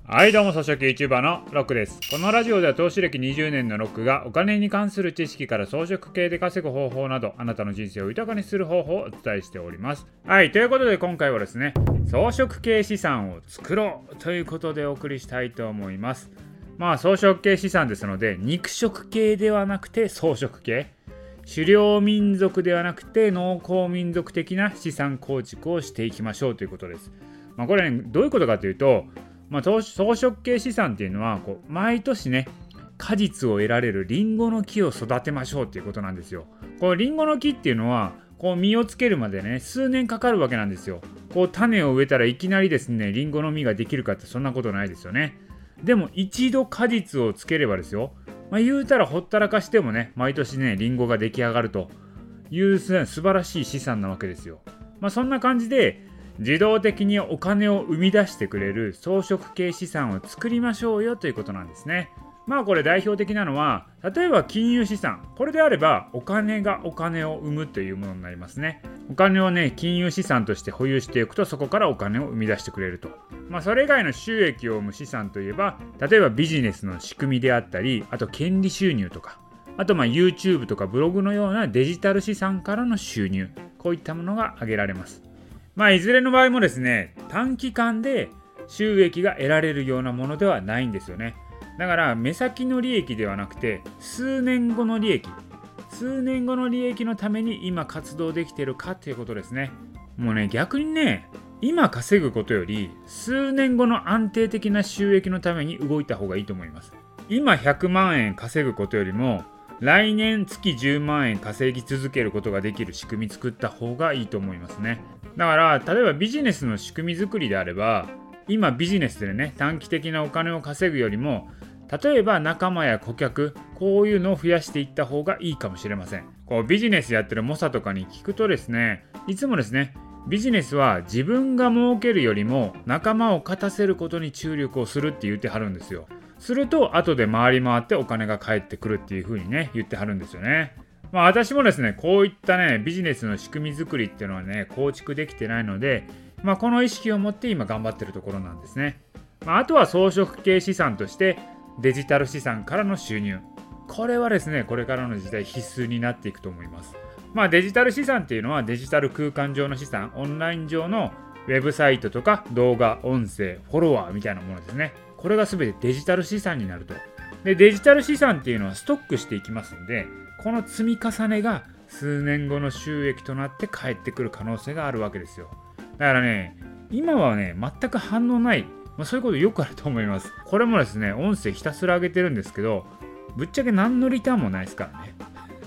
はい、どうも、草食 YouTuber のロックです。このラジオでは投資歴20年のロックがお金に関する知識から装飾系で稼ぐ方法など、あなたの人生を豊かにする方法をお伝えしております。はい、ということで今回はですね、装飾系資産を作ろうということでお送りしたいと思います。装飾系資産ですので、肉食系ではなくて装飾系。狩猟民族ではなくて農耕民族的な資産構築をしていきましょうということです。これね、どういうことかというと、装飾系資産っていうのは毎年ね果実を得られるリンゴの木を育てましょうっていうことなんですよ。このリンゴの木っていうのは実をつけるまでね数年かかるわけなんですよ。種を植えたらいきなりですねリンゴの実ができるかってそんなことないですよね。でも一度果実をつければですよ、言うたらほったらかしてもね毎年ねリンゴが出来上がるという素晴らしい資産なわけですよ。そんな感じで自動的にお金を生み出してくれる装飾系資産を作りましょうよということなんですね。これ代表的なのは例えば金融資産。これであればお金がお金を生むというものになりますね。お金をね金融資産として保有していくとそこからお金を生み出してくれると。それ以外の収益を生む資産といえば例えばビジネスの仕組みであったり、あと権利収入とか、あとYouTube とかブログのようなデジタル資産からの収入、こういったものが挙げられます。いずれの場合もですね短期間で収益が得られるようなものではないんですよね。だから目先の利益ではなくて数年後の利益のために今活動できているかということですね。もうね逆にね今稼ぐことより数年後の安定的な収益のために動いた方がいいと思います。今100万円稼ぐことよりも来年月10万円稼ぎ続けることができる仕組み作った方がいいと思いますね。だから例えばビジネスの仕組み作りであれば今ビジネスでね短期的なお金を稼ぐよりも例えば仲間や顧客こういうのを増やしていった方がいいかもしれません。ビジネスやってる猛者とかに聞くとですねいつもですねビジネスは自分が儲けるよりも仲間を勝たせることに注力をするって言ってはるんですよ。すると後で回り回ってお金が返ってくるっていう風にね言ってはるんですよね。私もですねこういったねビジネスの仕組み作りっていうのはね構築できてないので、この意識を持って今頑張ってるところなんですね。あとは装飾系資産としてデジタル資産からの収入、これはですねこれからの時代必須になっていくと思います。デジタル資産っていうのはデジタル空間上の資産、オンライン上のウェブサイトとか動画、音声、フォロワーみたいなものですね。これが全てデジタル資産になると。でデジタル資産っていうのはストックしていきますんで、この積み重ねが数年後の収益となって返ってくる可能性があるわけですよ。だからね今はね全く反応ない、そういうことよくあると思います。これもですね音声ひたすら上げてるんですけどぶっちゃけ何のリターンもないですからね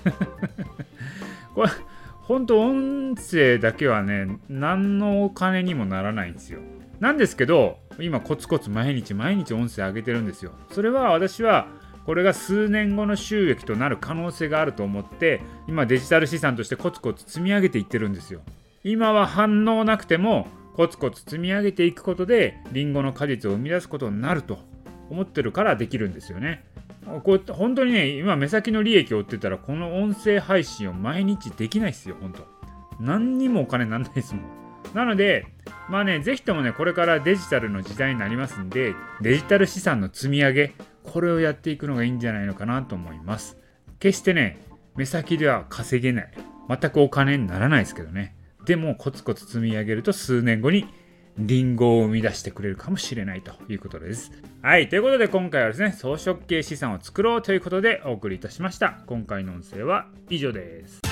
これ本当音声だけはね何のお金にもならないんですよ。なんですけど今コツコツ毎日音声上げてるんですよ。それは私はこれが数年後の収益となる可能性があると思って今デジタル資産としてコツコツ積み上げていってるんですよ。今は反応なくてもコツコツ積み上げていくことでリンゴの果実を生み出すことになると思ってるからできるんですよね。本当にね今目先の利益を追ってたらこの音声配信を毎日できないですよ。本当何にもお金にならないですもん。なのでぜひともねこれからデジタルの時代になりますんでデジタル資産の積み上げ、これをやっていくのがいいんじゃないのかなと思います。決してね目先では稼げない、全くお金にならないですけどね、でもコツコツ積み上げると数年後にリンゴを生み出してくれるかもしれないということです。はい、ということで今回はですね装飾系資産を作ろうということでお送りいたしました。今回の音声は以上です。